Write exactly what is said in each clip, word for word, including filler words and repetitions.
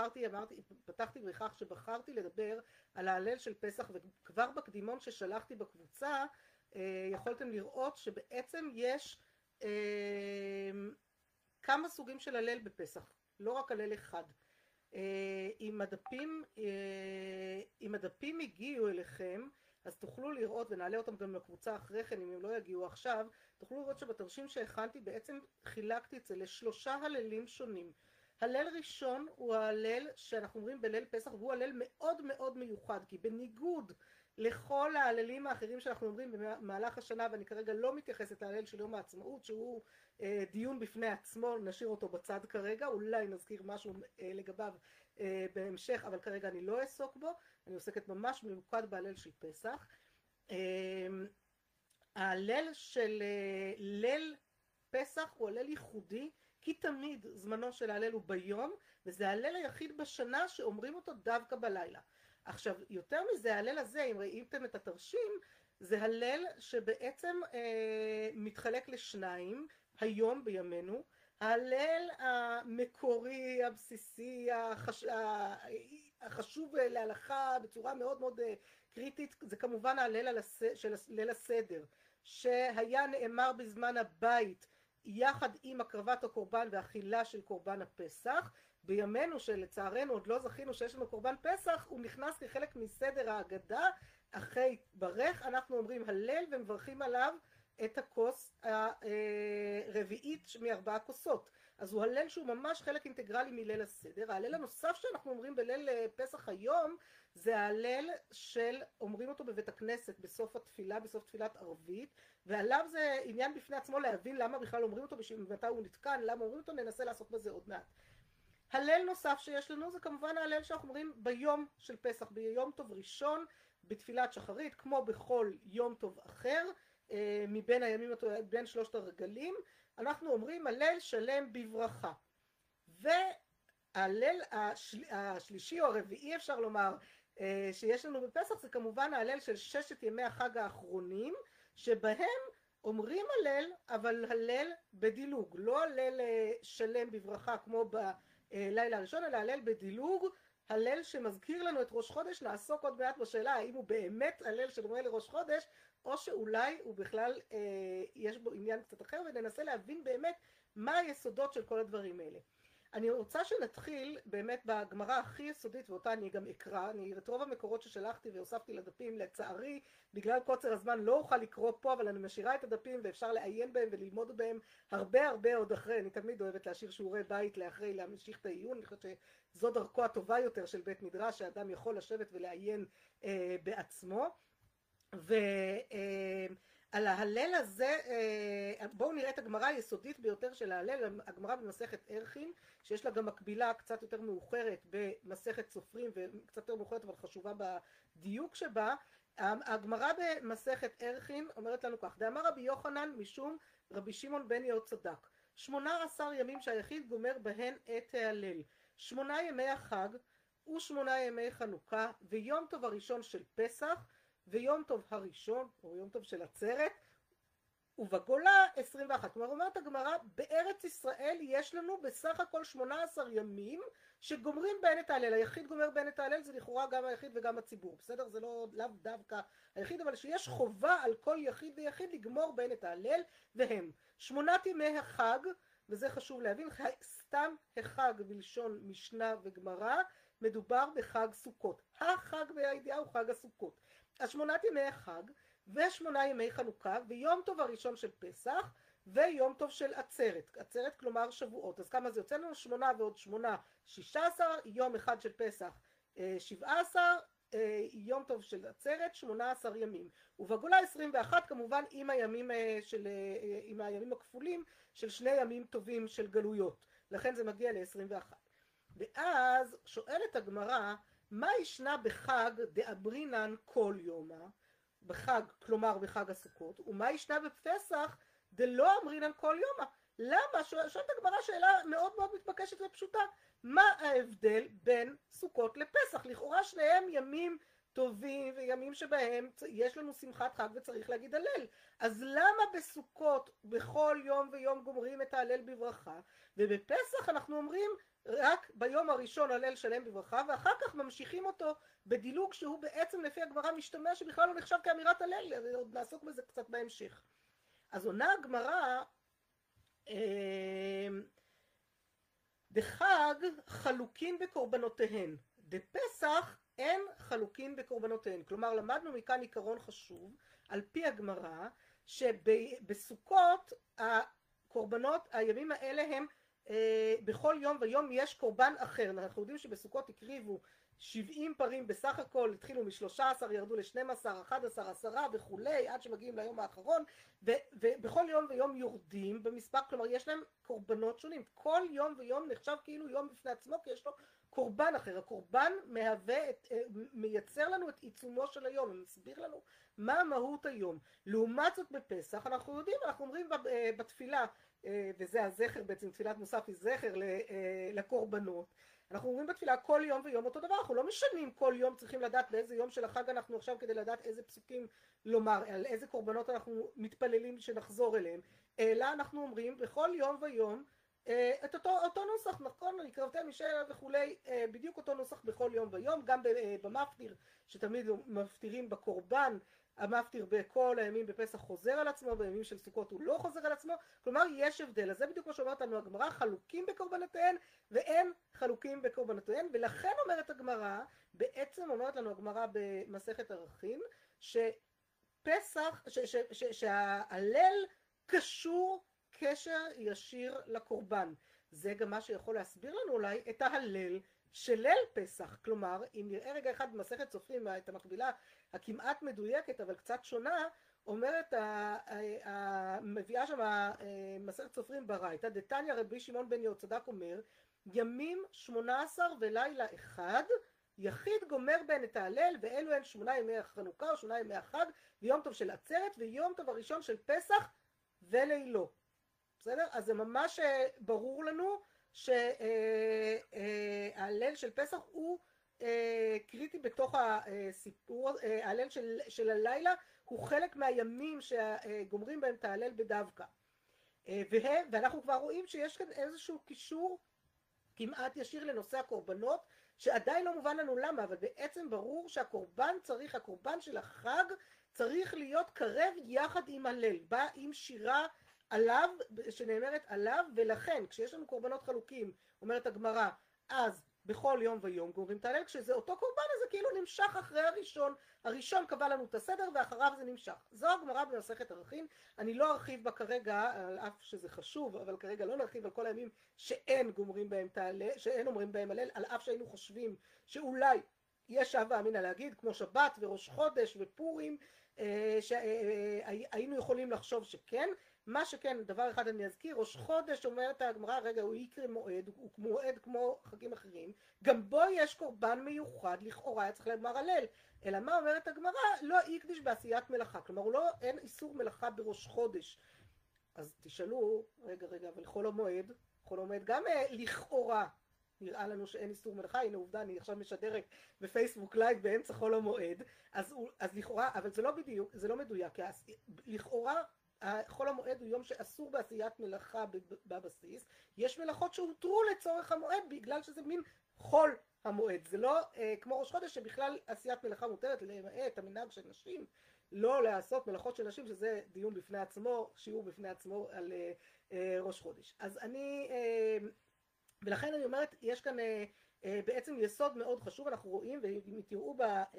בחרתי, אמרתי, פתחתי בכך שבחרתי לדבר על ההלל של פסח, וכבר בקדימון ששלחתי בקבוצה, יכולתם לראות שבעצם יש כמה סוגים של הלל בפסח, לא רק הלל אחד. אם הדפים, אם הדפים הגיעו אליכם, אז תוכלו לראות, ונעלה אותם גם לקבוצה אחרי כן, אם הם לא יגיעו עכשיו, תוכלו לראות שבתרשים שהכנתי בעצם חילקתי את זה לשלושה הללים שונים. הלל ראשון הוא ההלל שאנחנו אומרים בליל פסח, והוא הלל מאוד מאוד מיוחד, כי בניגוד לכל ההללים האחרים שאנחנו אומרים במהלך השנה, ואני כרגע לא מתייחסת להלל של יום העצמאות, שהוא אה, דיון בפני עצמו, נשאיר אותו בצד כרגע, אולי נזכיר משהו אה, לגביו אה, בהמשך, אבל כרגע אני לא אעסוק בו, אני עוסקת ממש ממוקד בהלל של פסח. אה, ההלל של אה, ליל פסח הוא הלל ייחודי, כי תמיד זמנו של ההלל הוא ביום, וזה ההלל היחיד בשנה שאומרים אותו דווקא בלילה. עכשיו, יותר מזה, ההלל הזה, אם ראיתם את התרשים, זה הלל שבעצם אה, מתחלק לשניים, היום בימינו. ההלל המקורי, הבסיסי, החש... החשוב להלכה בצורה מאוד מאוד קריטית, זה כמובן ההלל הס... של ליל הסדר, שהיה נאמר בזמן הבית, יחד עם הקרבת הקורבן והאכילה של קורבן הפסח. בימינו שלצערנו עוד לא זכינו שיש לנו קורבן פסח, הוא נכנס כחלק מסדר ההגדה. אחרי ברך אנחנו אומרים הלל ומברכים עליו את הכוס הרביעית מארבעה כוסות. אז הוא הלל שהוא ממש חלק אינטגרלי מליל הסדר. ההלל הנוסף שאנחנו אומרים בליל פסח היום זה ההלל של, אומרים אותו בבית הכנסת בסוף התפילה, בסוף תפילת ערבית, ועליו זה עניין בפני עצמו להבין למה בכלל אומרים אותו, מתי הוא נתקן, למה אומרים אותו, ננסה לעשות בזה עוד מעט. הלל נוסף שיש לנו זה כמובן ההלל שאנחנו אומרים ביום של פסח, ביום טוב ראשון, בתפילת שחרית, כמו בכל יום טוב אחר, מבין הימים, בין שלושת הרגלים, אנחנו אומרים הלל שלם בברכה. וההלל השל... השלישי או הרביעי אפשר לומר, שיש לנו בפסח, זה כמובן ההלל של ששת ימי החג האחרונים, שבהם אומרים הלל, אבל הלל בדילוג, לא הלל שלם בברכה כמו בלילה הראשון, אלא הלל בדילוג, הלל שמזכיר לנו את ראש חודש. נעסוק עוד מעט בשאלה האם הוא באמת הלל שדומה לראש חודש, או שאולי הוא בכלל אה, יש בו עניין קצת אחר, וננסה להבין באמת מה היסודות של כל הדברים האלה. אני רוצה שנתחיל באמת בגמרא הכי יסודית, ואותה אני גם אקרא. אני את רוב המקורות ששלחתי והוספתי לדפים, לצערי בגלל קוצר הזמן לא אוכל לקרוא פה, אבל אני משאירה את הדפים ואפשר לעיין בהם וללמוד בהם הרבה הרבה עוד אחרי. אני תמיד אוהבת להשאיר שיעורי בית לאחרי, להמשיך את העיון. אני חושבת שזו דרכו הטובה יותר של בית מדרש, שהאדם יכול לשבת ולעיין אה, בעצמו. ו... אה, על ההלל הזה, בואו נראה את הגמרא היסודית ביותר של ההלל, הגמרא במסכת ערכין, שיש לה גם מקבילה קצת יותר מאוחרת במסכת סופרים, וקצת יותר מאוחרת אבל חשובה בדיוק שבה. הגמרא במסכת ערכין אומרת לנו כך: דאמר רבי יוחנן משום רבי שמעון בן יהוצדק, שמונה עשר ימים שהיחיד גומר בהן את ההלל, שמונה ימי החג ושמונה ימי חנוכה, ויום טוב הראשון של פסח, ויום טוב הראשון, או יום טוב של עצרת, ובגולה עשרים ואחת. כלומר, אומרת הגמרא, בארץ ישראל יש לנו בסך הכל שמונה עשר ימים שגומרים בהן את ההלל. היחיד גומר בהן את ההלל, זה לכאורה גם היחיד וגם הציבור. בסדר? זה לא לאו דווקא היחיד, אבל שיש חובה על כל יחיד ויחיד לגמור בהן את ההלל, והם שמונת ימי החג, וזה חשוב להבין, סתם החג בלשון משנה וגמרא, מדובר בחג סוכות. החג בידיעה הוא חג הסוכות. אז שמונת ימי החג ושמונה ימי חנוכה ויום טוב הראשון של פסח ויום טוב של עצרת. עצרת כלומר שבועות. אז כמה זה יוצא לנו? שמונה ועוד שמונה, שישה עשר, יום אחד של פסח שבעה עשר, יום טוב של עצרת שמונה עשר ימים. ובגולה עשרים ואחת כמובן עם הימים של עם הימים הכפולים של שני ימים טובים של גלויות. לכן זה מגיע ל-עשרים ואחת. ואז שואלת הגמרא, מה ישנה בחג דאברינן כל יומה, בחג, כלומר בחג הסוכות, ומה ישנה בפסח דלא אמרינן כל יומה? למה? שואלת הגמרא שאלה מאוד מאוד מתבקשת ופשוטה. מה ההבדל בין סוכות לפסח? לכאורה שניהם ימים טובים וימים שבהם יש לנו שמחת חג וצריך להגיד הלל. אז למה בסוכות בכל יום ויום גומרים את ההלל בברכה, ובפסח אנחנו אומרים רק ביום הראשון הלל שלם בברכה, ואחר כך ממשיכים אותו בדילוג שהוא בעצם לפי הגמרא משתמע שבכלל לא נחשב כאמירת הלל, עוד נעסוק בזה קצת בהמשך. אז עונה הגמרא, דחג חלוקין בקורבנותיהן, דפסח אין חלוקין בקורבנותיהן. כלומר, למדנו מכאן עיקרון חשוב על פי הגמרא, שבסוכות הקורבנות, הימים האלה הם אה, בכל יום ויום יש קורבן אחר. אנחנו יודעים שבסוכות הקריבו שבעים פרים בסך הכל, התחילו מ-שלושה עשר, ירדו ל-שנים עשר, אחד עשר, עשרה וכולי, עד שמגיעים ליום האחרון, ו- ובכל יום ויום יורדים במספר, כלומר יש להם קורבנות שונים. כל יום ויום נחשב כאילו יום בפני עצמו, כי יש לו קורבן אחר. הקורבן מהווה, את, מייצר לנו את עיצומו של היום, מסביר לנו מה מהות היום. לעומת זאת בפסח, אנחנו יודעים, אנחנו אומרים בתפילה, וזה הזכר בעצם, תפילת מוסף היא זכר לקורבנות, אנחנו אומרים בתפילה כל יום ויום אותו דבר, אנחנו לא משנים כל יום, צריכים לדעת באיזה יום של החג אנחנו עכשיו כדי לדעת איזה פסוקים לומר, על איזה קורבנות אנחנו מתפללים שנחזור אליהם, אלא אנחנו אומרים בכל יום ויום את אותו, אותו נוסח, נכון, הקרבתם משאלה וכולי, בדיוק אותו נוסח בכל יום ויום, גם במפטיר, שתמיד מפטירים בקורבן, המפטיר בכל הימים בפסח חוזר על עצמו, בימים של סוכות הוא לא חוזר על עצמו, כלומר יש הבדל. אז זה בדיוק מה שאומרת לנו הגמרא, חלוקים בקורבנותיהן ואין חלוקים בקורבנותיהן, ולכן אומרת הגמרא, בעצם אומרת לנו הגמרא במסכת ערכין, שפסח, ש, ש, ש, שההלל קשור קשר ישיר לקורבן. זה גם מה שיכול להסביר לנו אולי את ההלל של ליל פסח. כלומר, אם נראה רגע אחד במסכת סופרים את המקבילה הכמעט מדויקת אבל קצת שונה, אומרת, מביאה שם מסכת סופרים ברייתא, דתניא רבי שמעון בן יהוצדק אומר, ימים שמונה עשר ולילה אחד, יחיד גומר בהן את ההלל, ואלו הן שמונה ימי החנוכה או שמונה ימי החג, ויום טוב של עצרת ויום טוב הראשון של פסח ולילו. בסדר? אז זה ממש ברור לנו שההלל של פסח הוא קריטי בתוך הסיפור. ההלל של, של הלילה הוא חלק מהימים שגומרים בהם את ההלל בדווקא. ואנחנו כבר רואים שיש כאן איזשהו קישור כמעט ישיר לנושא הקורבנות, שעדיין לא מובן לנו למה, אבל בעצם ברור שהקורבן צריך, הקורבן של החג צריך להיות קרב יחד עם הלל, בא עם שירה עליו, שנאמרת עליו, ולכן כשיש לנו קורבנות חלוקים, אומרת הגמרא, אז בכל יום ויום גומרים את ההלל, כשזה אותו קורבן הזה כאילו נמשך אחרי הראשון, הראשון קבע לנו את הסדר ואחריו זה נמשך. זו הגמרא במסכת ערכין, אני לא ארחיב בה כרגע, על אף שזה חשוב, אבל כרגע לא נרחיב על כל הימים שאין גומרים בהם את ההלל, שאין אומרים בהם הלל, על אף שהיינו חושבים שאולי יש הווה אמינא להגיד, כמו שבת וראש חודש ופורים, שהיינו יכולים לחשוב שכן. מה שכן, דבר אחד אני אזכיר, ראש חודש אומרת הגמרא, רגע, הוא יקרה מועד, הוא מועד כמו חגים אחרים, גם בו יש קורבן מיוחד, לכאורה היה צריך לומר הלל, אלא מה אומרת הגמרא? לא יקדיש בעשיית מלאכה, כלומר לא, אין איסור מלאכה בראש חודש. אז תשאלו, רגע רגע, אבל חול המועד, חול המועד גם לכאורה נראה לנו שאין איסור מלאכה, הנה עובדה, אני עכשיו משדרת בפייסבוק לייב באמצע חול המועד, אז, אז לכאורה, אבל זה לא בדיוק, זה לא מדויק, לכאורה חול המועד הוא יום שאסור בעשיית מלאכה בבסיס, יש מלאכות שהותרו לצורך המועד בגלל שזה מין חול המועד, זה לא אה, כמו ראש חודש שבכלל עשיית מלאכה מותרת, למעט המנהג של נשים לא לעשות מלאכות של נשים, שזה דיון בפני עצמו, שיעור בפני עצמו על אה, אה, ראש חודש. אז אני, אה, ולכן אני אומרת, יש כאן אה, אה, בעצם יסוד מאוד חשוב, אנחנו רואים, ואם תראו ב... אה,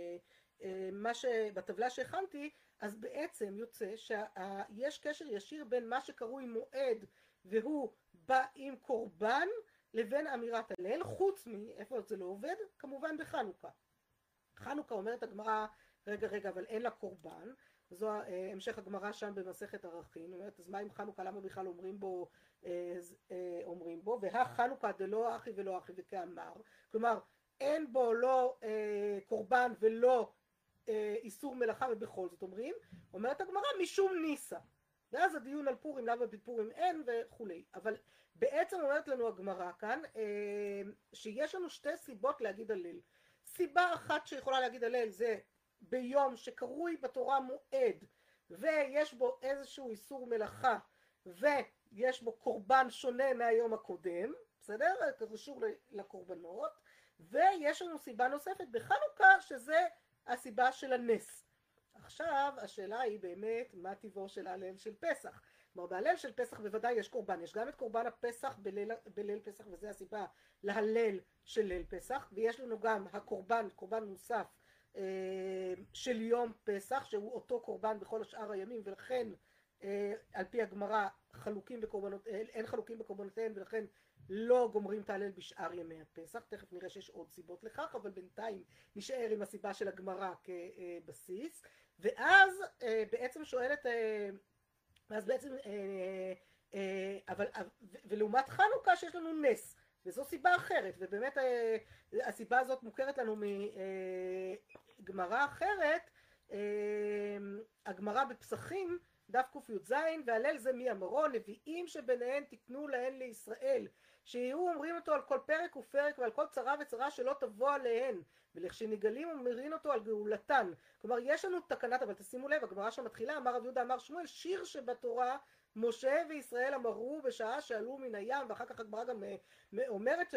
מה שבטבלה שהכנתי, אז בעצם יוצא שיש קשר ישיר בין מה שקרוי מועד והוא בא עם קורבן לבין אמירת הלל, חוץ מאיפה זה לא עובד? כמובן בחנוכה. חנוכה אומרת הגמרא, רגע רגע אבל אין לה קורבן, זו המשך הגמרא שם במסכת ערכין, אומרת אז מה עם חנוכה, למה בכלל אומרים בו, אומרים בו, והחנוכה דלא אחי ולא אחי וכאמר, כלומר אין בו לא קורבן ולא איסור מלאכה, ובכל זאת אומרים, אומרת הגמרא משום ניסה, ואז הדיון על פורים, למה בפורים אין וכולי. אבל בעצם אומרת לנו הגמרא כאן שיש לנו שתי סיבות להגיד הלל. סיבה אחת שיכולה להגיד הלל זה ביום שקרוי בתורה מועד ויש בו איזשהו איסור מלאכה ויש בו קורבן שונה מהיום הקודם, בסדר? קשור לקורבנות, ויש לנו סיבה נוספת בחנוכה שזה הסיבה של הנס. עכשיו השאלה היא באמת מה טבעו של ההלל של פסח. כלומר בהלל של פסח בוודאי יש קורבן, יש גם את קורבן הפסח בליל, בליל פסח וזה הסיבה להלל של ליל פסח, ויש לנו גם הקורבן, קורבן מוסף אה, של יום פסח שהוא אותו קורבן בכל השאר הימים, ולכן אה, על פי הגמרא חלוקים בקורבנות, אה, אין חלוקים בקורבנותיהם ולכן לא גומרים את ההלל בשאר ימי הפסח. תכף נראה שיש עוד סיבות לכך, אבל בינתיים נשאר עם הסיבה של הגמרא כבסיס. ואז אה, בעצם שואלת אה, אז בעצם, אה, אה, אבל, ולעומת חנוכה שיש לנו נס, וזו סיבה אחרת, ובאמת אה, הסיבה הזאת מוכרת לנו מגמרא אחרת, אה, הגמרא בפסחים, דף ק"ז, והלל זה מי אמרו, נביאים שביניהן תקנו להן לישראל, שיהיו אומרים אותו על כל פרק ופרק ועל כל צרה וצרה שלא תבוא עליהן, ולכשנגלים אומרים אותו על גאולתן. כלומר יש לנו תקנת, אבל תשימו לב, הגמרא שמתחילה, אמר רב יהודה אמר שמואל, שיר שבתורה משה וישראל אמרו בשעה שעלו מן הים, ואחר כך הגמרא גם אומרת,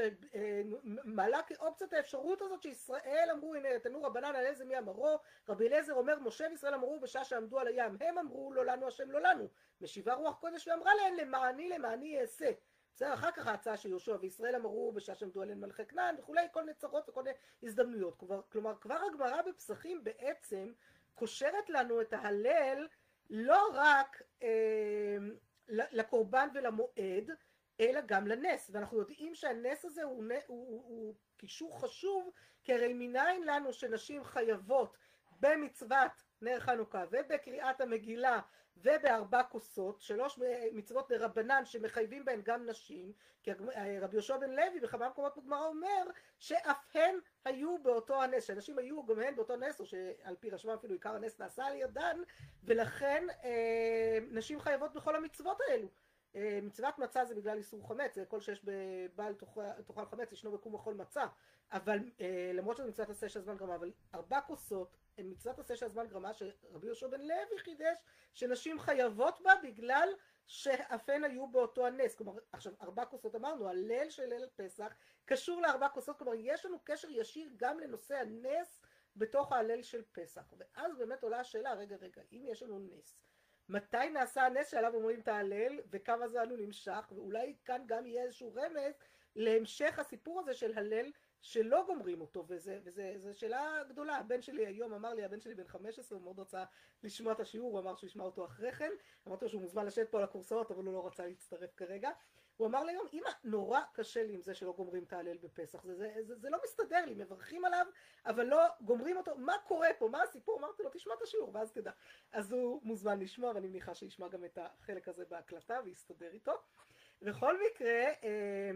מעלה כאופציית האפשרות הזאת שישראל אמרו, הנה תנו רבנן על איזה מי אמרו, רבי אליעזר אומר משה וישראל אמרו בשעה שעמדו על הים, הם אמרו לא לנו השם לא לנו, משיבה רוח קודש ואמרה להן למעני למעני אעשה. בסדר, אחר כך ההצעה של יהושע וישראל אמרו בשעה שעמדו עליהן מלכי כנען וכולי, כל מיני צרות וכל מיני הזדמנויות. כלומר, כלומר כבר הגמרא בפסחים בעצם קושרת לנו את ההלל לא רק אה, לקורבן ולמועד, אלא גם לנס. ואנחנו יודעים שהנס הזה הוא, הוא, הוא, הוא קישור חשוב, כי הרי מניין לנו שנשים חייבות במצוות נר חנוכה ובקריאת המגילה ובארבע כוסות, שלוש מצוות דרבנן שמחייבים בהן גם נשים, כי רבי יהושע בן לוי בכמה מקומות בגמרא אומר שאף הן היו באותו הנס, שאנשים היו גם הן באותו נס, או שעל פי רשמם אפילו עיקר הנס נעשה על ידן, ולכן אה, נשים חייבות בכל המצוות האלו. אה, מצוות מצה זה בגלל איסור חמץ, זה כל שיש בבעל תאכל חמץ, ישנו בקום אכול מצה, אבל אה, למרות שזה מצוות עשה של הזמן גרמה, אבל ארבע כוסות מצוות עשה של הזמן גרמה שרבי יהושע בן לוי חידש שנשים חייבות בה בגלל שאף הן היו באותו הנס. כלומר, עכשיו ארבע כוסות אמרנו, הליל של ליל פסח קשור לארבע כוסות, כלומר יש לנו קשר ישיר גם לנושא הנס בתוך ההלל של פסח. ואז באמת עולה השאלה, רגע רגע, אם יש לנו נס, מתי נעשה הנס שעליו אומרים את ההלל וכמה זמן הוא נמשך, ואולי כאן גם יהיה איזשהו רמז להמשך הסיפור הזה של הלל שלא גומרים אותו, וזה, וזה, וזה שאלה גדולה. הבן שלי היום אמר לי, הבן שלי בן חמש עשרה, הוא מאוד רצה לשמוע את השיעור, הוא אמר שהוא ישמע אותו אחרי כן, אמרתי לו שהוא מוזמן לשבת פה על הקורסאות, אבל הוא לא רצה להצטרף כרגע. הוא אמר לי היום, אמא, נורא קשה לי עם זה שלא גומרים את ההלל בפסח, זה, זה, זה, זה לא מסתדר לי, מברכים עליו, אבל לא גומרים אותו, מה קורה פה, מה הסיפור? אמרתי לו, תשמע את השיעור, ואז תדע. אז הוא מוזמן לשמוע, ואני מניחה שישמע גם את החלק הזה בהקלטה, ויסתדר איתו. בכל מקרה, אה,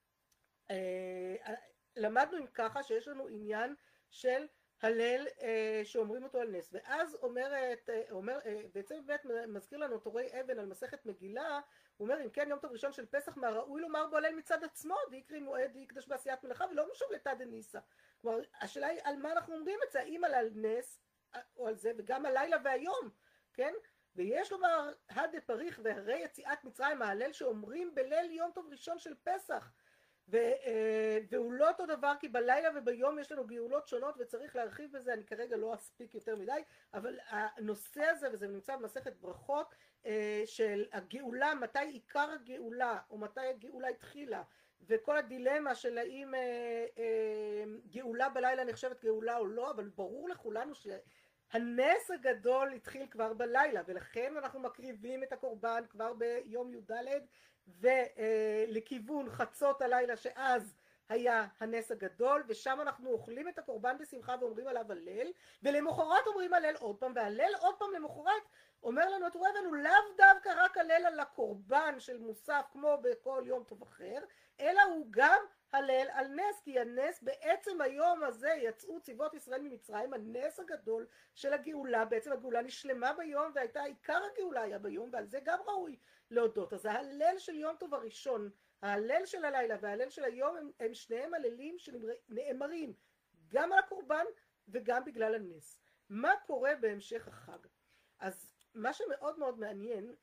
אה, למדנו עם ככה שיש לנו עניין של הלל אה, שאומרים אותו על נס, ואז אומרת, אה, אומר, אה, בעצם באמת מזכיר לנו תורי אבן על מסכת מגילה, הוא אומר אם כן יום טוב ראשון של פסח מה ראוי לומר בו הלל מצד עצמו, דיקרי מועד דיקדש בעשיית מלאכה ולא משוב לתא דניסא. כלומר השאלה היא על מה אנחנו אומרים את זה, האם על נס או על זה, וגם הלילה והיום, כן? ויש לומר הדה פריך והרי יציאת מצרים, ההלל שאומרים בליל יום טוב ראשון של פסח, והוא לא אותו דבר, כי בלילה וביום יש לנו גאולות שונות וצריך להרחיב בזה, אני כרגע לא אספיק יותר מדי, אבל הנושא הזה, וזה נמצא במסכת ברכות, של הגאולה, מתי עיקר הגאולה או מתי הגאולה התחילה, וכל הדילמה של האם גאולה בלילה נחשבת גאולה או לא, אבל ברור לכולנו שהנס הגדול התחיל כבר בלילה, ולכן אנחנו מקריבים את הקורבן כבר ביום י"ד ולכיוון חצות הלילה שאז היה הנס הגדול, ושם אנחנו אוכלים את הקורבן בשמחה ואומרים עליו הלל, ולמחרת אומרים הלל עוד פעם, והלל עוד פעם למחרת אומר לנו את רואינו לאו דווקא רק הלל על הקורבן של מוסף כמו בכל יום טוב אחר, אלא הוא גם הלל על נס, כי הנס בעצם היום הזה יצאו צבאות ישראל ממצרים, הנס הגדול של הגאולה, בעצם הגאולה נשלמה ביום והייתה עיקר הגאולה היה ביום, ועל זה גם ראוי להודות. אז ההלל של יום טוב הראשון, ההלל של הלילה וההלל של היום הם, הם שניהם הללים שנאמרים גם על הקורבן וגם בגלל הנס. מה קורה בהמשך החג? אז מה שמאוד מאוד מעניין,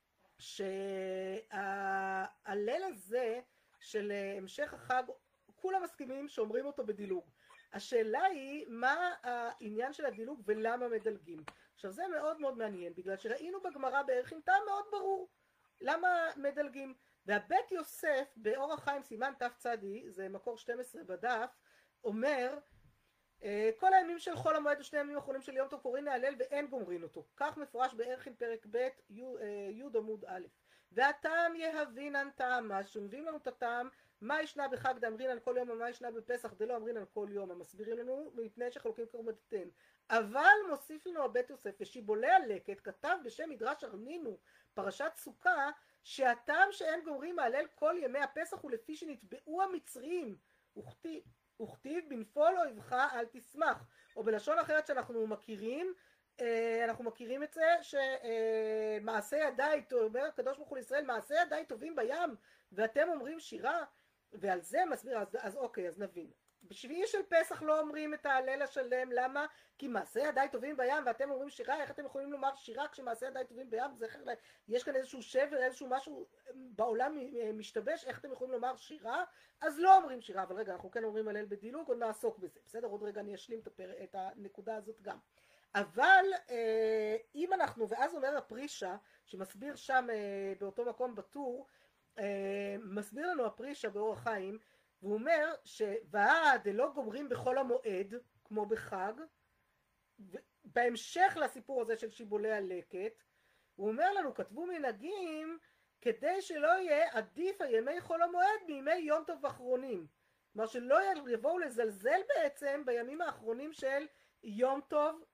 שההלל הזה של המשך החג, כולם מסכימים שאומרים אותו בדילוג. השאלה היא מה העניין של הדילוג ולמה מדלגים. עכשיו זה מאוד מאוד מעניין, בגלל שראינו בגמרא בערך עם טעם מאוד ברור למה מדלגים. והבית יוסף באור החיים סימן תף צדי, זה מקור שתים עשרה בדף, אומר כל הימים של חול המועד ושני הימים האחרונים של יום טוב קוראים להלל ואין גומרין אותו. כך מפורש בערכין פרק ב' י' עמוד א'. והטעם יהבינן טעמה, שמביאים לנו את הטעם, מה ישנה בחג דאמרינן כל יום ומה ישנה בפסח דלא אמרינן כל יום, המסבירים לנו מפני שחלוקים קורבנותיהן. אבל מוסיף לנו הבית יוסף, ושיבולי הלקט כתב בשם מדרש ארנינו פרשת סוכה, שהטעם שאין גומרים מהלל כל ימי הפסח הוא לפי שנתבעו המצרים, וכתיב וכתיב בנפול אויבך אל תשמח, או בלשון אחרת שאנחנו מכירים, אנחנו מכירים את זה שמעשה ידיי, אומר הקדוש ברוך הוא לישראל, מעשה ידיי טובים בים ואתם אומרים שירה, ועל זה מסביר. אז, אז אוקיי, אז נבין. בשביעי של פסח לא אומרים את ההלל השלם, למה? כי מעשה ידיי טובים בים ואתם אומרים שירה. איך אתם יכולים לומר שירה כשמעשה ידיי טובים בים? זה, יש כאן איזשהו שבר, איזשהו משהו בעולם משתבש, איך אתם יכולים לומר שירה? אז לא אומרים שירה, אבל רגע, אנחנו כן אומרים הלל בדילוג, עוד נעסוק בזה, בסדר? עוד רגע אני אשלים את, הפר... את הנקודה הזאת גם. אבל אה, אם אנחנו, ואז אומר הפרישה, שמסביר שם אה, באותו מקום בטור, אה, מסביר לנו הפרישה באור החיים, והוא אומר שוועד לא גומרים בכל המועד, כמו בחג, בהמשך לסיפור הזה של שיבולי הלקט, הוא אומר לנו, כתבו מנהגים, כדי שלא יהיה עדיף הימי חול המועד בימי יום טוב אחרונים. כלומר שלא יבואו לזלזל בעצם בימים האחרונים של יום טוב,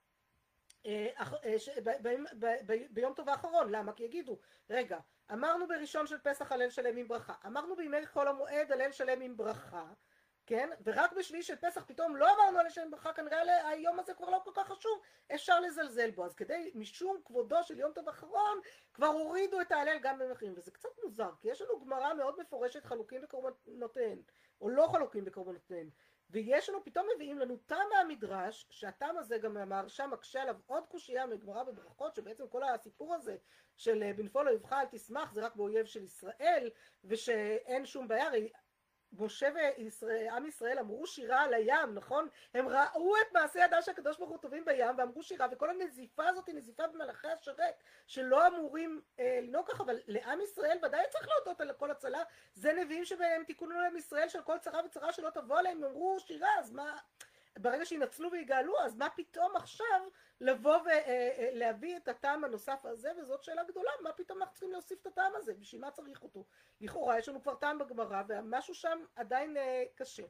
ביום טוב האחרון. למה? כי יגידו, רגע, אמרנו בראשון של פסח הלל שלם עם ברכה, אמרנו בימי חול המועד הלל שלם עם ברכה, כן? ורק בשביעי של פסח פתאום לא אמרנו הלל שלם עם ברכה, כנראה היום הזה כבר לא כל כך חשוב, אפשר לזלזל בו. אז כדי, משום כבודו של יום טוב האחרון, כבר הורידו את ההלל גם במחירים, וזה קצת מוזר, כי יש לנו גמרא מאוד מפורשת חלוקים בקורבנותיהן, או לא חלוקים בקורבנותיהן, ויש לנו, פתאום מביאים לנו טעם מהמדרש, שהטעם הזה גם אמר שם מקשה עליו עוד קושייה מגמרא בברכות, שבעצם כל הסיפור הזה של בנפול אויבך אל תשמח זה רק באויב של ישראל, ושאין שום בעיה. הרי משה ועם ישראל אמרו שירה על הים, נכון? הם ראו את מעשה ידיו של הקדוש ברוך הוא טובים בים ואמרו שירה, וכל הנזיפה הזאת היא נזיפה במלאכי השרת שלא אמורים אה, לנהוג ככה, אבל לעם ישראל ודאי צריך להודות על כל הצלה. זה נביאים שבהם תיקונו להם ישראל של כל צרה וצרה שלא תבוא עליהם, הם אמרו שירה, אז מה, ברגע שינצלו ויגאלו, אז מה פתאום עכשיו לבוא ולהביא את הטעם הנוסף הזה? וזאת שאלה גדולה, מה פתאום אנחנו צריכים להוסיף את הטעם הזה? בשביל מה צריך אותו? לכאורה יש לנו כבר טעם בגמרא ומשהו שם עדיין קשה.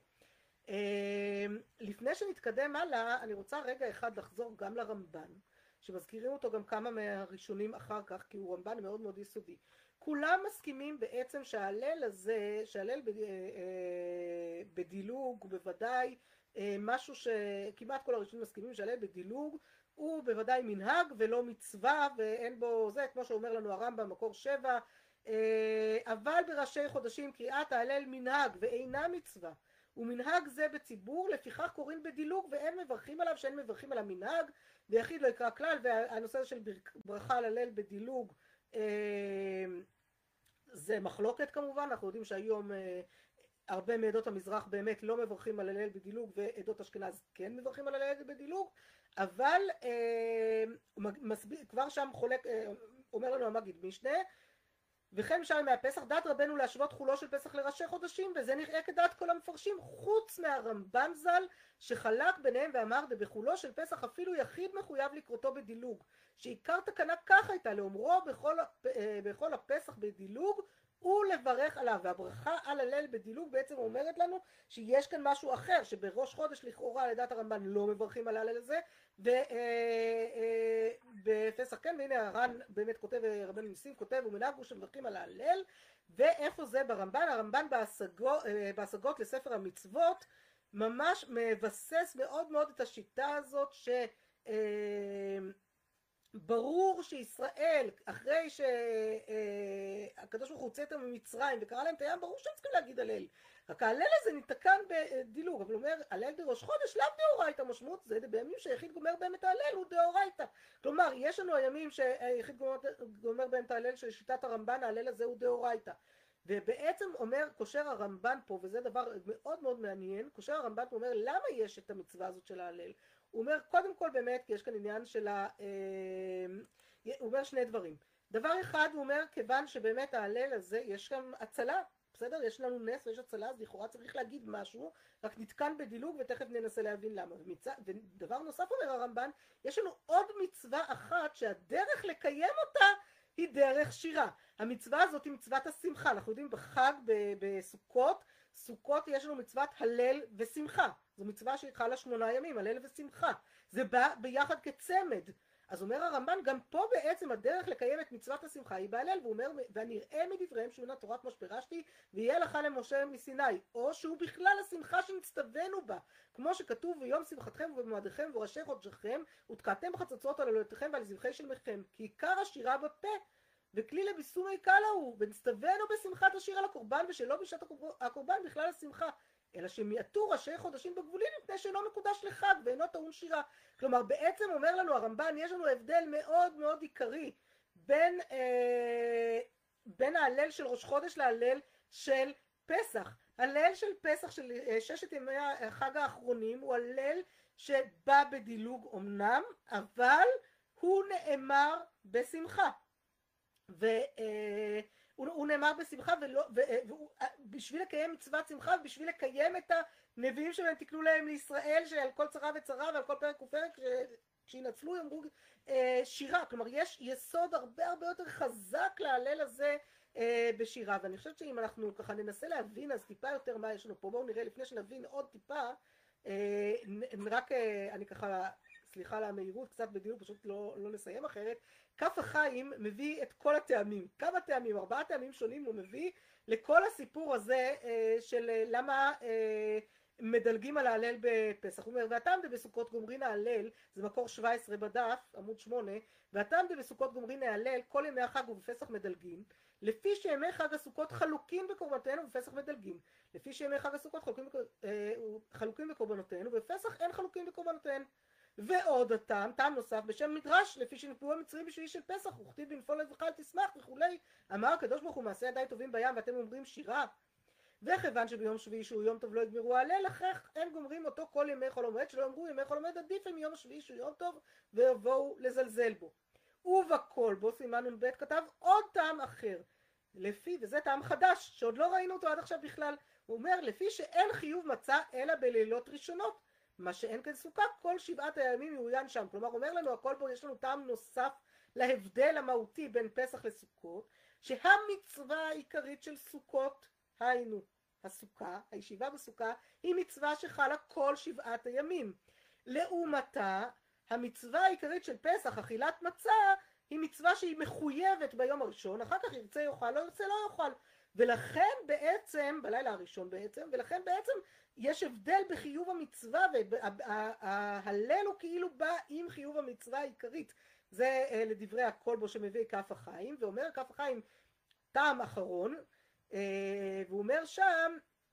לפני שנתקדם הלאה, אני רוצה רגע אחד לחזור גם לרמב"ן, שמזכירים אותו גם כמה מהראשונים אחר כך, כי הוא רמב"ן מאוד מאוד יסודי. כולם מסכימים בעצם שההלל הזה, שההלל בדילוג, בוודאי משהו שכמעט כל הראשונים מסכימים שההלל בדילוג הוא בוודאי מנהג ולא מצווה, ואין בו זה, כמו שאומר לנו הרמב"ם מקור שבע, אבל בראשי חודשים קריאת ההלל מנהג ואינה מצווה, ומנהג זה בציבור, לפיכך קוראים בדילוג ואין מברכים עליו, שאין מברכים על המנהג, ויחיד לא יקרא כלל. והנושא של ברכה על הלל בדילוג זה מחלוקת כמובן, אנחנו יודעים שהיום הרבה מעדות המזרח באמת לא מברכים על הלל בדילוג, ועדות אשכנז כן מברכים על הלל בדילוג, אבל אה, מסביר, כבר שם חולק, אה, אומר לנו המגיד משנה, וכן שם מהפסח דעת רבנו להשוות חולו של פסח לראשי חודשים, וזה נראה כדעת כל המפרשים, חוץ מהרמב"ן ז"ל שחלק ביניהם ואמר דבחולו של פסח אפילו יחיד מחויב לקרותו בדילוג, שעיקר תקנה כך הייתה לאומרו בכל, בכל הפסח בדילוג ולברך עליו. והברכה על הלל בדילוג בעצם אומרת לנו שיש כאן משהו אחר, שבראש חודש לכאורה לדעת הרמב"ן לא מברכים על הלל הזה, ובפסח כן. והנה הר"ן באמת כותב, רבנו ניסים כותב, ומנהג הוא שמברכים על ההלל. ואיפה זה ברמב"ן? הרמב"ן בהשגות, בהשגות לספר המצוות ממש מבסס מאוד מאוד את השיטה הזאת ש... ברור שישראל, אחרי שהקדוש ברוך הוא הוציא אותם ממצרים וקרא להם את הים, ברור שהם צריכים להגיד הלל. רק ההלל הזה ניתקן בדילוג, אבל הוא אומר, הלל בראש חודש, לאו דאורייתא, משמעות זה בימים שהיחיד גומר בהם את ההלל הוא דאורייתא. כלומר, יש לנו הימים שהיחיד גומר בהם את ההלל של שיטת הרמב"ן, ההלל הזה הוא דאורייתא. ובעצם אומר, קושר הרמב"ן פה, וזה דבר מאוד מאוד מעניין, קושר הרמב"ן פה אומר, למה יש את המצווה הזאת של ההלל? הוא אומר, קודם כל באמת, כי יש כאן עניין של ה... הוא אומר שני דברים. דבר אחד, הוא אומר, כיוון שבאמת ההלל הזה, יש גם הצלה, בסדר? יש לנו נס ויש הצלה, אז לכאורה צריך להגיד משהו, רק נתקן בדילוג ותכף ננסה להבין למה. ומצ... ודבר נוסף אומר הרמב"ן, יש לנו עוד מצווה אחת שהדרך לקיים אותה היא דרך שירה. המצווה הזאת היא מצוות השמחה. אנחנו יודעים בחג, בסוכות, סוכות יש לנו מצוות הלל ושמחה. זו מצווה שחלה שמונה ימים, הלל ושמחה. זה בא ביחד כצמד. אז אומר הרמב"ן, גם פה בעצם הדרך לקיים את מצוות השמחה היא בהלל, והוא אומר, והנראה מדבריהם שהוא הנה תורת משה פירשתי, ויהיה הלכה למשה מסיני, או שהוא בכלל השמחה שנצטווינו בה, כמו שכתוב ביום שמחתכם ובמועדיכם ובראשי חודשיכם, ותקעתם בחצוצרות על עולותיכם ועל זבחי שלמיכם, כי עיקר השירה בפה, וכלי לביסומי קלה הוא, ונצטווינו בשמחת השיר על הקורבן, ושלא בשעת הקורבן בכלל השמחה. אלא שמיעטו ראשי חודשים בגבולים מפני שאינו מקודש לחג ואינו טעון שירה. כלומר בעצם אומר לנו הרמב"ן, יש לנו הבדל מאוד מאוד עיקרי בין, אה, בין ההלל של ראש חודש להלל של פסח. הלל של פסח של אה, ששת ימי החג האחרונים הוא הלל שבא בדילוג אמנם, אבל הוא נאמר בשמחה. ו... אה, הוא נאמר בשמחה, ובשביל לקיים מצוות שמחה, ובשביל לקיים את הנביאים שלהם תקנו להם לישראל, שעל כל צרה וצרה ועל כל פרק ופרק כשינצלו יאמרו שירה. כלומר יש יסוד הרבה הרבה יותר חזק להלל הזה בשירה, ואני חושבת שאם אנחנו ככה ננסה להבין אז טיפה יותר מה יש לנו פה. בואו נראה לפני שנבין עוד טיפה, רק אני ככה סליחה על המהירות, קצת בדיוק, פשוט לא, לא נסיים אחרת. כף החיים מביא את כל הטעמים, כמה טעמים, ארבעה טעמים שונים הוא מביא לכל הסיפור הזה אה, של אה, למה אה, מדלגים על ההלל בפסח. הוא אומר, והטעם בסוכות גומרין ההלל, זה מקור שבע עשרה בדף, עמוד שמונה, והטעם בסוכות גומרין ההלל, כל ימי החג ובפסח מדלגים, לפי שימי חג הסוכות חלוקים בקורבנותינו ובפסח מדלגים, לפי שימי חג הסוכות חלוקים, אה, חלוקים בקורבנותינו ובפסח אין חלוקים בקורבנותינו. ועוד הטעם, טעם נוסף בשם מדרש, לפי שנקבעו המצרים בשביעי של פסח, וכתיב בנפול לבך אל תשמח וכולי, אמר הקדוש ברוך הוא מעשה ידי טובים בים ואתם אומרים שירה. וכיוון שביום שביעי שהוא יום טוב לא יגמרו ההלל, לכך הם גומרים אותו כל ימי חול המועד, שלא יאמרו ימי חול המועד עדיף הם יום השביעי שהוא יום טוב ויבואו לזלזל בו. ובכל בו סימן נ"ב כתב עוד טעם אחר, לפי, וזה טעם חדש שעוד לא ראינו אותו עד עכשיו בכלל, הוא אומר לפי שאין חיוב מצה אלא בלילות ראשונות, מה שאין כן סוכה, כל שבעת הימים יעוין שם. כלומר אומר לנו הכל בו, יש לנו טעם נוסף להבדל המהותי בין פסח לסוכות, שהמצווה העיקרית של סוכות, היינו הסוכה, הישיבה בסוכה, היא מצווה שחלה כל שבעת הימים. לעומתה, המצווה העיקרית של פסח, אכילת מצה, היא מצווה שהיא מחויבת ביום הראשון, אחר כך ירצה יאכל, לא ירצה לא יאכל. ולכן בעצם, בלילה הראשון בעצם, ולכן בעצם יש הבדל בחיוב המצווה, וההלל הוא כאילו בא עם חיוב המצווה העיקרית. זה לדברי הכל בו שמביא כף החיים, ואומר כף החיים טעם אחרון, והוא אומר שם,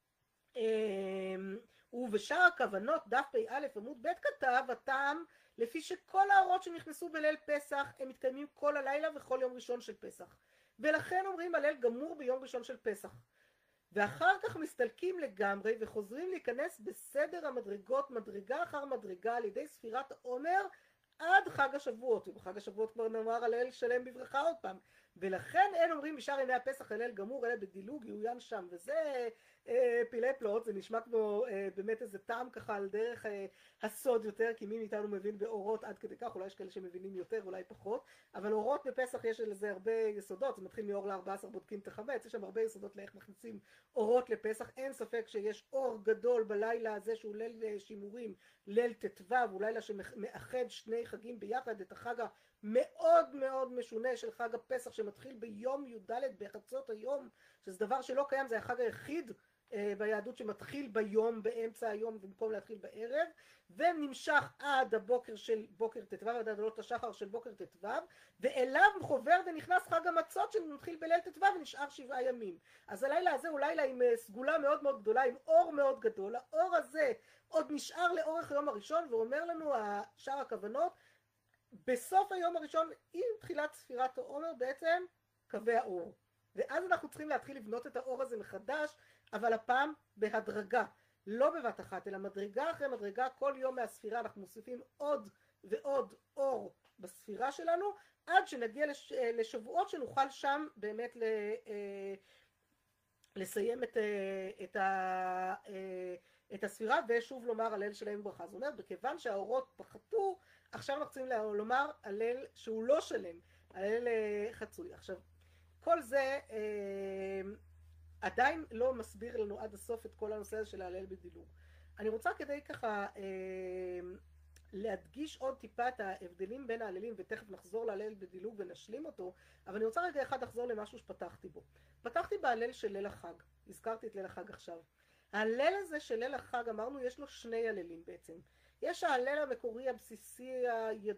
ובשאר הכוונות דף פ"א עמוד ב' כתב הטעם לפי שכל האורות שנכנסו בליל פסח הם מתקיימים כל הלילה וכל יום ראשון של פסח, ולכן אומרים הלל גמור ביום ראשון של פסח, ואחר כך מסתלקים לגמרי וחוזרים להיכנס בסדר המדרגות מדרגה אחר מדרגה על ידי ספירת העומר עד חג השבועות, ובחג השבועות כבר נאמר הלל שלם בברכה עוד פעם, ולכן אין אומרים בשאר ימי הפסח הלל גמור אלא בדילוג יעוין שם. וזה אה, פילי פלאות, זה נשמע כמו אה, באמת איזה טעם ככה על דרך אה, הסוד יותר, כי מי מאיתנו מבין באורות עד כדי כך, אולי יש כאלה שמבינים יותר אולי פחות, אבל אורות בפסח יש לזה הרבה יסודות, זה מתחיל מאור ל-ארבע עשרה בודקים את החמץ, יש שם הרבה יסודות לאיך מכניסים אורות לפסח. אין ספק שיש אור גדול בלילה הזה שהוא ליל שימורים, ליל ט"ו, הוא לילה שמאחד שני חגים ביחד, את החג מאוד מאוד משונה של חג הפסח שמתחיל ביום י"ד בחצות היום, שזה דבר שלא קיים, זה החג היחיד ביהדות שמתחיל ביום, באמצע היום, במקום להתחיל בערב, ונמשך עד הבוקר של בוקר ט"ו, עד עלות השחר של בוקר ט"ו, ואליו חובר ונכנס חג המצות שמתחיל בליל ט"ו ונשאר שבעה ימים. אז הלילה הזה הוא לילה עם סגולה מאוד מאוד גדולה, עם אור מאוד גדול. האור הזה עוד נשאר לאורך היום הראשון, ואומר לנו שאר הכוונות, בסוף היום הראשון, עם תחילת ספירת העומר, בעצם קווי האור. ואז אנחנו צריכים להתחיל לבנות את האור הזה מחדש, אבל הפעם בהדרגה, לא בבת אחת, אלא מדרגה אחרי מדרגה. כל יום מהספירה אנחנו מוסיפים עוד ועוד אור בספירה שלנו, עד שנגיע לש... לשבועות שנוכל שם באמת ל... לסיים את, את, ה... את הספירה, ושוב לומר הלל שלם ברכה. זאת אומרת, בכיוון שהאורות פחתו, עכשיו אנחנו צריכים לומר הלל שהוא לא שלם, הלל חצוי. עכשיו, כל זה אה, עדיין לא מסביר לנו עד הסוף את כל הנושא הזה של ההלל בדילוג. אני רוצה כדי ככה אה, להדגיש עוד טיפה את ההבדלים בין ההללים, ותכף נחזור להלל בדילוג ונשלים אותו, אבל אני רוצה רגע אחד לחזור למשהו שפתחתי בו. פתחתי בהלל של ליל החג, הזכרתי את ליל החג עכשיו. ההלל הזה של ליל החג, אמרנו, יש לו שני הללים בעצם. יש ההלל המקורי הבסיסי היד...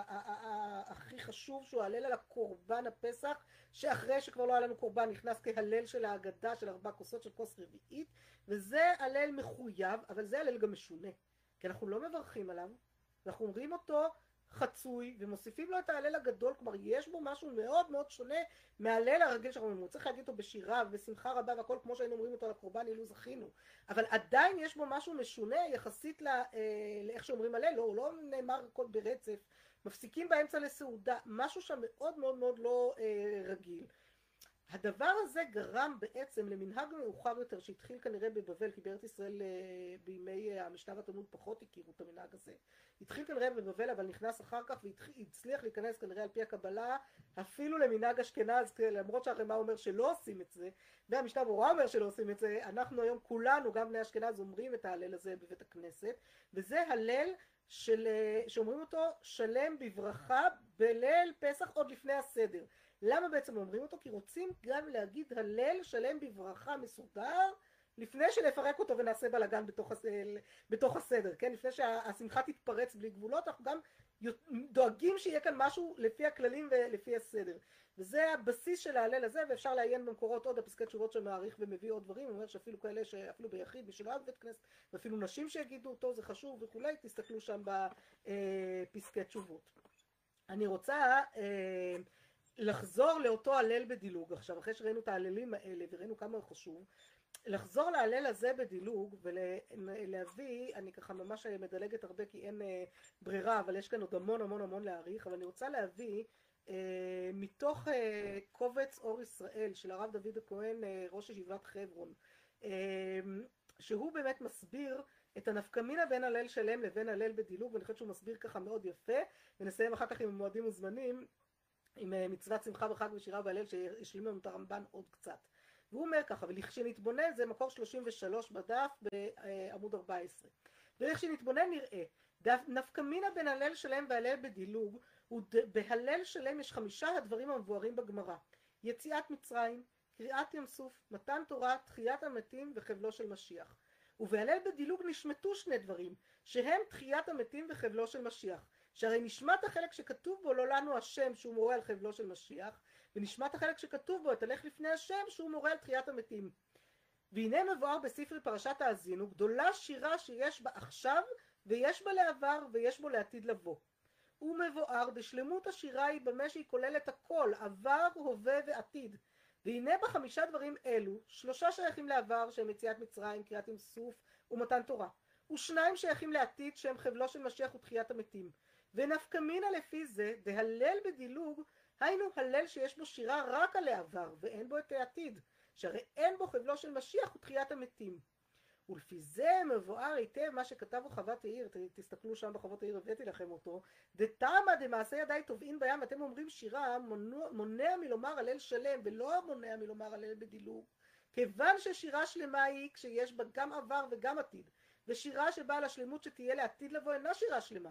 הכי חשוב, שהוא ההלל על הקורבן הפסח, שאחרי שכבר לא היה לנו קורבן נכנס כהלל של ההגדה של ארבע כוסות של כוס רביעית, וזה הלל מחויב, אבל זה הלל גם משונה, כי אנחנו לא מברכים עליו, אנחנו אומרים אותו חצוי ומוסיפים לו את ההלל הגדול. כלומר יש בו משהו מאוד מאוד שונה מההלל הרגיל שאנחנו אומרים. צריך להגיד אותו בשירה ובשמחה רבה והכל כמו שהיינו אומרים אותו על הקורבן אילו זכינו, אבל עדיין יש בו משהו משונה יחסית לא, אה, לאיך שאומרים הלל. לא, הוא לא נאמר הכל ברצף, מפסיקים באמצע לסעודה, משהו שם מאוד מאוד מאוד לא אה, רגיל. הדבר הזה גרם בעצם למנהג מאוחר יותר שהתחיל כנראה בבבל, כי בארץ ישראל בימי המשנה והתלמוד פחות הכירו את המנהג הזה. התחיל כנראה בבבל, אבל נכנס אחר כך והצליח להיכנס כנראה על פי הקבלה אפילו למנהג אשכנז, למרות שהרמ"א אומר שלא עושים את זה, והמשנה ברורה אומר שלא עושים את זה. אנחנו היום כולנו, גם בני אשכנז, אומרים את ההלל הזה בבית הכנסת, וזה הלל של, שאומרים אותו שלם בברכה בליל פסח עוד לפני הסדר. למה בעצם אומרים אותו? כי רוצים גם להגיד הלל שלם בברכה מסודר לפני שנפרק אותו ונעשה בלגן בתוך, בתוך הסדר, כן? לפני שהשמחה תתפרץ בלי גבולות, אנחנו גם דואגים שיהיה כאן משהו לפי הכללים ולפי הסדר. וזה הבסיס של ההלל הזה, ואפשר לעיין במקורות עוד הפסקי תשובות שמעריך ומביא עוד דברים. הוא אומר שאפילו כאלה שאפילו ביחיד, בשביל אוהב בית כנסת, ואפילו נשים שיגידו אותו זה חשוב וכולי, תסתכלו שם בפסקי תשובות. אני רוצה אה, לחזור לאותו הלל בדילוג עכשיו, אחרי שראינו את ההללים האלה וראינו כמה הוא חשוב, לחזור להלל הזה בדילוג ולהביא, אני ככה ממש מדלגת הרבה כי אין ברירה, אבל יש כאן עוד המון המון המון להעריך, אבל אני רוצה להביא אה, מתוך אה, קובץ אור ישראל של הרב דוד הכהן, אה, ראש ישיבת חברון, אה, שהוא באמת מסביר את הנפקמינה בין הלל שלם לבין הלל בדילוג, ואני חושבת שהוא מסביר ככה מאוד יפה, ונסיים אחר כך עם מועדים וזמנים, עם מצוות שמחה וחג ושירה בהלל שישלים לנו את הרמב"ן עוד קצת. והוא אומר ככה, ולכשנתבונן, זה מקור שלושים ושלוש בדף בעמוד ארבע עשרה. ולכשנתבונן נראה, נפקמינה בין הלל שלם והלל בדילוג, בהלל שלם יש חמישה הדברים המבוארים בגמרא: יציאת מצרים, קריאת ים סוף, מתן תורה, תחיית המתים וחבלו של משיח. ובהלל בדילוג נשמטו שני דברים, שהם תחיית המתים וחבלו של משיח. שהרי נשמט החלק שכתוב בו לא לנו השם שהוא מורה על חבלו של משיח, ונשמט החלק שכתוב בו את הלך לפני השם שהוא מורה על תחיית המתים. והנה מבואר בספרי פרשת האזינו, גדולה שירה שיש בה עכשיו ויש בה לעבר ויש בו לעתיד לבוא. הוא מבואר בשלמות השירה היא במה שהיא כוללת הכל, עבר, הווה ועתיד. והנה בחמישה דברים אלו, שלושה שייכים לעבר שהם יציאת מצרים, קריאת ים סוף ומתן תורה, ושניים שייכים לעתיד שהם חבלו של משיח ותחיית המתים. ונפקמינה לפי זה, דהלל בדילוג, היינו הלל שיש בו שירה רק על העבר ואין בו את העתיד, שהרי אין בו חבלו של משיח ותחיית המתים. ולפי זה מבואר היטב מה שכתבו חוות יאיר, תסתכלו שם בחוות יאיר, הבאתי לכם אותו, דתמה דמעשה ידיי טובעין בים, ואתם אומרים שירה מונע, מונע מלומר הלל שלם ולא מונע מלומר הלל בדילוג, כיוון ששירה שלמה היא כשיש בה גם עבר וגם עתיד, ושירה שבאה לשלמות שתהיה לעתיד לבוא אינה שירה שלמה,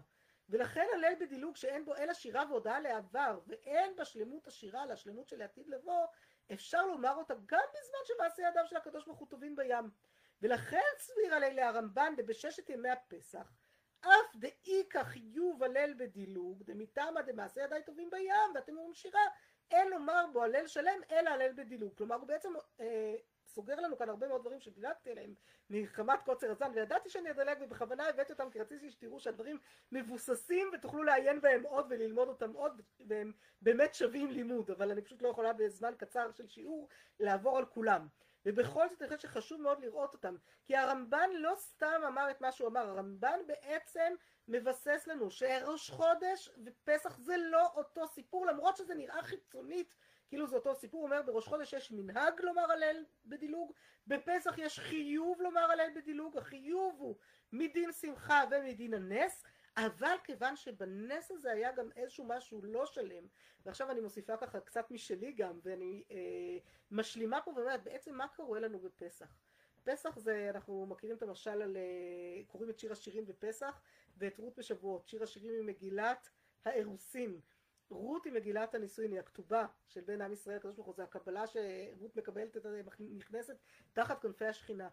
ולכן הלל בדילוג שאין בו אלא שירה והודעה לעבר, ואין בשלמות השירה לשלמות של העתיד לבוא, אפשר לומר אותה גם בזמן שמעשי ידיו של הקדוש ברוך הוא טובים בים. ולכן סביר עלי להרמב"ן בששת ימי הפסח, אף דאיכא חיוב הלל בדילוג, דמטעמא דמעשי ידי טובים בים, ואתם אומרים שירה, אין לומר בו הלל שלם, אלא הלל בדילוג. כלומר, הוא בעצם אה, סוגר לנו כאן הרבה מאוד דברים שדילגתי עליהם מחמת קוצר הזמן, וידעתי שאני אדלג, ובכוונה הבאתי אותם כי רציתי שתראו שהדברים מבוססים ותוכלו לעיין בהם עוד וללמוד אותם עוד, והם באמת שווים לימוד, אבל אני פשוט לא יכולה בזמן קצר של שיעור לעבור על כולם. ובכל זאת אני חושבת שחשוב מאוד לראות אותם, כי הרמב"ן לא סתם אמר את מה שהוא אמר, הרמב"ן בעצם מבסס לנו שראש חודש ופסח זה לא אותו סיפור, למרות שזה נראה חיצונית כאילו זה אותו סיפור. הוא אומר בראש חודש יש מנהג לומר הלל בדילוג, בפסח יש חיוב לומר הלל בדילוג, החיוב הוא מדין שמחה ומדין הנס, אבל כיוון שבנס הזה היה גם איזשהו משהו לא שלם, ועכשיו אני מוסיפה ככה קצת משלי גם, ואני אה, משלימה פה ואומרת בעצם מה קורה לנו בפסח. פסח זה, אנחנו מכירים את המשל על, אה, קוראים את שיר השירים בפסח, ואת רות בשבועות. שיר השירים היא מגילת האירוסין, רות היא מגילת הנישואין, היא הכתובה של בין עם ישראל לקדוש ברוך הוא, זה הקבלה שרות מקבלת, את, נכנסת תחת כנפי השכינה.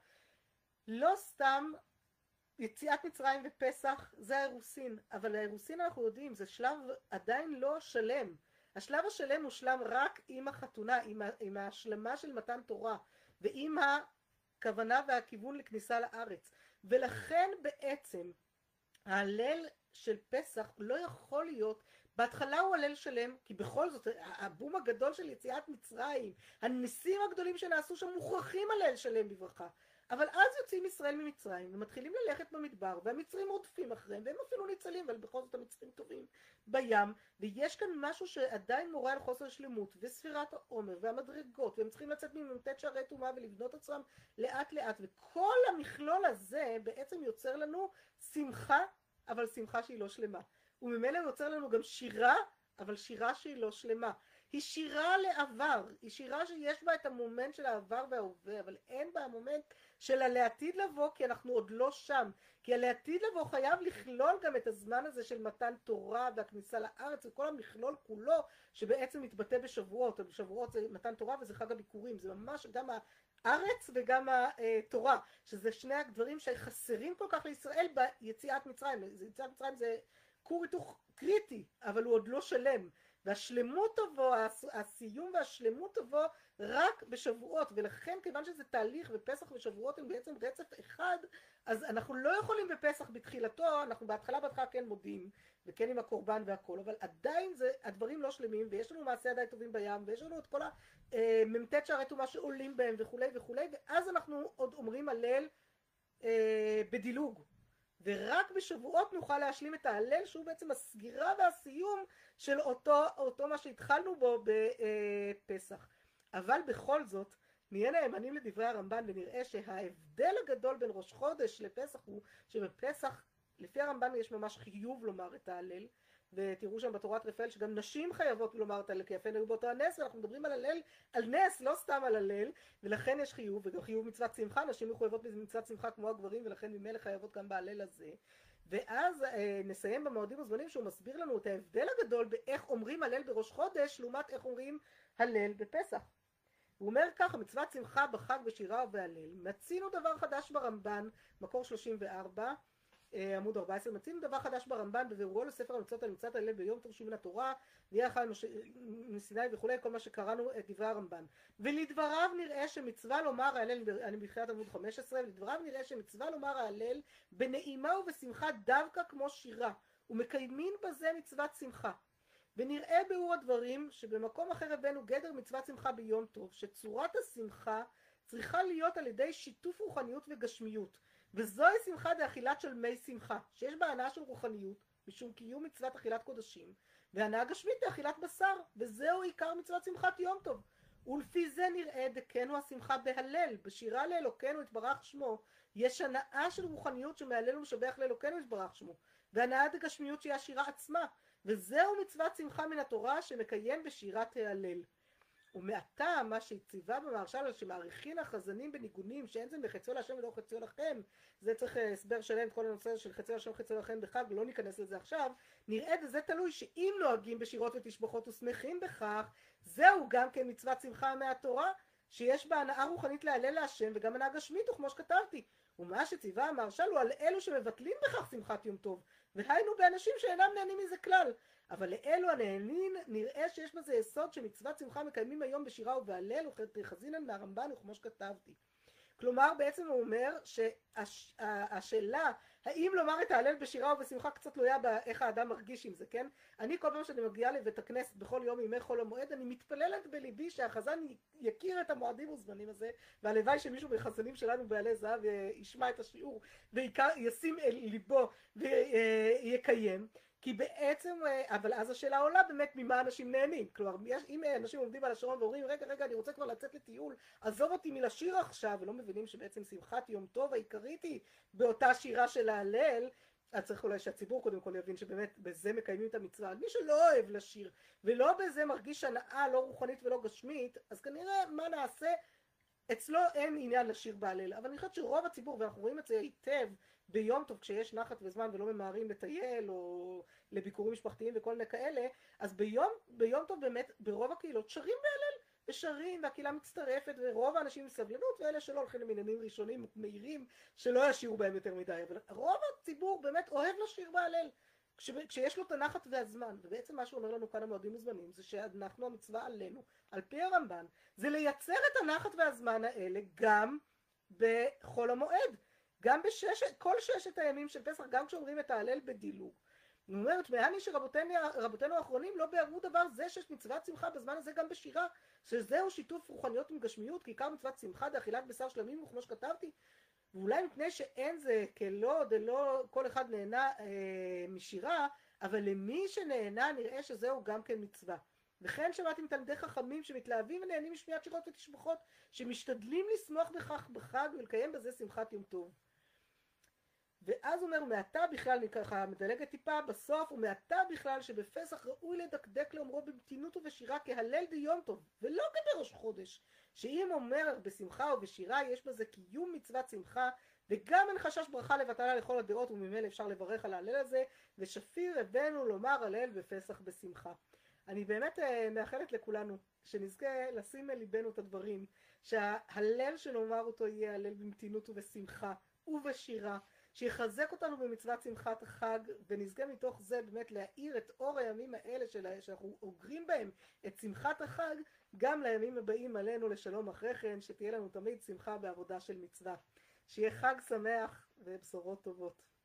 לא סתם יציאת מצרים ופסח זה האירוסין, אבל האירוסין אנחנו יודעים זה שלב עדיין לא שלם. השלב השלם הוא שלם רק עם החתונה, עם, עם ההשלמה של מתן תורה ועם הכוונה והכיוון לכניסה לארץ, ולכן בעצם ההלל של פסח לא יכול להיות, בהתחלה הוא הלל שלם, כי בכל זאת הבום הגדול של יציאת מצרים, הניסים הגדולים שנעשו שם מוכרחים הלל שלם בברכה, אבל אז יוצאים ישראל ממצרים ומתחילים ללכת במדבר, והמצרים רודפים אחריהם, והם אפילו ניצלים, אבל בכל זאת המצרים טובים בים, ויש כאן משהו שעדיין מורה על חוסר שלמות, וספירת העומר, והמדרגות, והם צריכים לצאת מממתת שערי טומאה ולבנות עצמם לאט לאט, וכל המכלול הזה בעצם יוצר לנו שמחה, אבל שמחה שהיא לא שלמה. וממילא יוצר לנו גם שירה, אבל שירה שהיא לא שלמה. היא שירה לעבר, היא שירה שיש בה את המומנט של העבר וההווה, אבל אין בה המומנט של הלעתיד לבוא, כי אנחנו עוד לא שם. כי הלעתיד לבוא חייב לכלול גם את הזמן הזה של מתן תורה והכניסה לארץ, וכל המכלול כולו שבעצם מתבטא בשבועות. בשבועות זה מתן תורה וזה חג הביקורים, זה ממש גם הארץ וגם התורה, שזה שני הדברים שחסרים כל כך לישראל ביציאת מצרים. יציאת מצרים זה כור היתוך קריטי, אבל הוא עוד לא שלם. והשלמות תבוא, הסיום והשלמות תבוא רק בשבועות, ולכן כיוון שזה תהליך ופסח ושבועות הם בעצם רצף אחד, אז אנחנו לא יכולים בפסח בתחילתו, אנחנו בהתחלה בהתחלה כן מודים, וכן עם הקורבן והכל, אבל עדיין זה, הדברים לא שלמים, ויש לנו מעשי ידי טובים בים, ויש לנו את כל הממתת שערי טומאה שעולים בהם וכולי וכולי, ואז אנחנו עוד אומרים הלל אה, בדילוג. ורק בשבועות נוכל להשלים את ההלל שהוא בעצם הסגירה והסיום של אותו, אותו מה שהתחלנו בו בפסח. אבל בכל זאת נהיה נאמנים לדברי הרמב"ן ונראה שההבדל הגדול בין ראש חודש לפסח הוא שבפסח לפי הרמב"ן יש ממש חיוב לומר את ההלל, ותראו שם בתורת רפאל שגם נשים חייבות לומר את ההלל כי יפה נהיו באותו הנס, ואנחנו מדברים על הלל, על נס, לא סתם על הלל, ולכן יש חיוב, וגם חיוב מצוות שמחה, נשים מחויבות במצוות שמחה כמו הגברים, ולכן ממילא חייבות גם בהלל הזה. ואז אה, נסיים במועדים הזמנים שהוא מסביר לנו את ההבדל הגדול באיך אומרים הלל בראש חודש לעומת איך אומרים הלל בפסח. הוא אומר ככה, מצוות שמחה בחג בשירה ובהלל, מצינו דבר חדש ברמב"ן, מקור שלושים וארבע, עמוד ארבע עשרה, מצינו דבר חדש ברמב"ן בביאורו לספר המצוות על מצוות הלל ביום טוב מן התורה, ויהיה אחד מסיני וכולי, כל מה שקראנו את דברי הרמב"ן. ולדבריו נראה שמצווה לומר ההלל, אני בתחילת עמוד חמש עשרה, ולדבריו נראה שמצווה לומר ההלל בנעימה ובשמחה דווקא כמו שירה, ומקיימים בזה מצוות שמחה. ונראה ביאור הדברים שבמקום אחר הבאנו גדר מצוות שמחה ביום טוב, שצורת השמחה צריכה להיות על ידי שיתוף רוחניות וגשמיות, וזוהי שמחה דאכילת של מי שמחה, שיש בה הנאה של רוחניות, משום קיום מצוות אכילת קודשים, והנאה גשמית דאכילת בשר, וזהו עיקר מצוות שמחת יום טוב. ולפי זה נראה דקנו השמחה בהלל, בשירה לאלוקנו יתברך שמו, יש הנאה של רוחניות שמהלל ומשבח לאלוקנו יתברך שמו, והנאה דגשמיות שהיא השירה עצמה, וזהו מצוות שמחה מן התורה שמקיים בשירת ההלל. ומעתה מה שהציבה במהרש"ל שמעריכין החזנים בניגונים שאין זה מחציו להשם ולא חציו לכם, זה צריך הסבר שלם את כל הנושא של חציו להשם וחציו לכם בחג, לא ניכנס לזה עכשיו. נראה וזה תלוי שאם נוהגים בשירות ותשבחות ושמחים בכך, זהו גם כן מצוות שמחה מהתורה שיש בה הנאה רוחנית להלל להשם וגם הנאה גשמית, וכמו שכתבתי, ומה שציווה המהרש"ל הוא על אלו שמבטלים בכך שמחת יום טוב, והיינו באנשים שאינם נהנים מזה כלל. אבל לאלו הנהנים נראה שיש בזה יסוד שמצוות שמחה מקיימים היום בשירה ובהלל, וכחזינן מהרמב"ן וכמו שכתבתי. כלומר בעצם הוא אומר שהשאלה האם לומר את ההלל בשירה ובשמחה קצת תלויה באיך האדם מרגיש עם זה, כן? אני כל פעם שאני מגיעה לבית הכנסת בכל יום ימי חול המועד, אני מתפללת בליבי שהחזן יכיר את המועדים וזמנים הזה, והלוואי שמישהו מחזנים שלנו בעלי זהב ישמע את השיעור וישים אל ליבו ויקיים. כי בעצם, אבל אז השאלה עולה באמת ממה אנשים נהנים. כלומר, אם אנשים עומדים על השעון ואומרים, רגע, רגע, אני רוצה כבר לצאת לטיול, עזוב אותי מלשיר עכשיו, ולא מבינים שבעצם שמחת יום טוב העיקרית היא באותה שירה של ההלל, אז צריך אולי שהציבור קודם כל יבין שבאמת בזה מקיימים את המצווה. מי שלא אוהב לשיר, ולא בזה מרגיש הנאה לא רוחנית ולא גשמית, אז כנראה מה נעשה? אצלו אין עניין לשיר בהלל, אבל אני חושבת שרוב הציבור, ואנחנו רואים את זה היטב ביום טוב כשיש נחת וזמן ולא ממהרים לטייל או לביקורים משפחתיים וכל מיני כאלה, אז ביום, ביום טוב באמת ברוב הקהילות שרים בהלל ושרים והקהילה מצטרפת ורוב האנשים עם סבלנות, ואלה שלא הולכים למניינים ראשונים מהירים שלא ישירו בהם יותר מדי, אבל רוב הציבור באמת אוהב לשיר בהלל כש, כשיש לו את הנחת והזמן. ובעצם מה שאומר לנו כאן המועדים וזמנים זה שאנחנו המצווה עלינו על פי הרמב"ן זה לייצר את הנחת והזמן האלה גם בחול המועד, גם בששת, כל ששת הימים של פסח, גם כשאומרים את ההלל בדילוג. זאת אומרת, מעני שרבותינו האחרונים לא ביארו דבר זה שיש מצוות שמחה בזמן הזה גם בשירה, שזהו שיתוף רוחניות עם גשמיות, כי עיקר מצוות שמחה דאכילת בשר שלמים, וכמו שכתבתי, ואולי מפני שאין זה כלא דלא כל אחד נהנה אה, משירה, אבל למי שנהנה נראה שזהו גם כן מצווה. וכן שמעתי מתלמידי חכמים שמתלהבים ונהנים משמיעת שירות ותשבחות, שמשתדלים לשמוח בכך בחג ולקיים בזה שמחת יום טוב. ואז הוא אומר, מעתה בכלל, אני ככה מדלגת טיפה בסוף, ומעתה בכלל שבפסח ראוי לדקדק לאומרו במתינות ובשירה כהלל דיום טוב, ולא כבראש חודש, שאם אומר בשמחה ובשירה יש בזה קיום מצוות שמחה, וגם אין חשש ברכה לבטלה לכל הדעות, וממילא אפשר לברך על ההלל הזה, ושפיר הבאנו לומר הלל בפסח בשמחה. אני באמת מאחלת לכולנו שנזכה לשים אל ליבנו את הדברים, שההלל שנאמר אותו יהיה הלל במתינות ובשמחה ובשירה, שיחזק אותנו במצוות שמחת החג, ונזכה מתוך זה באמת להאיר את אור הימים האלה שאנחנו אוגרים בהם את שמחת החג, גם לימים הבאים עלינו לשלום אחרי כן, שתהיה לנו תמיד שמחה בעבודה של מצווה. שיהיה חג שמח ובשורות טובות.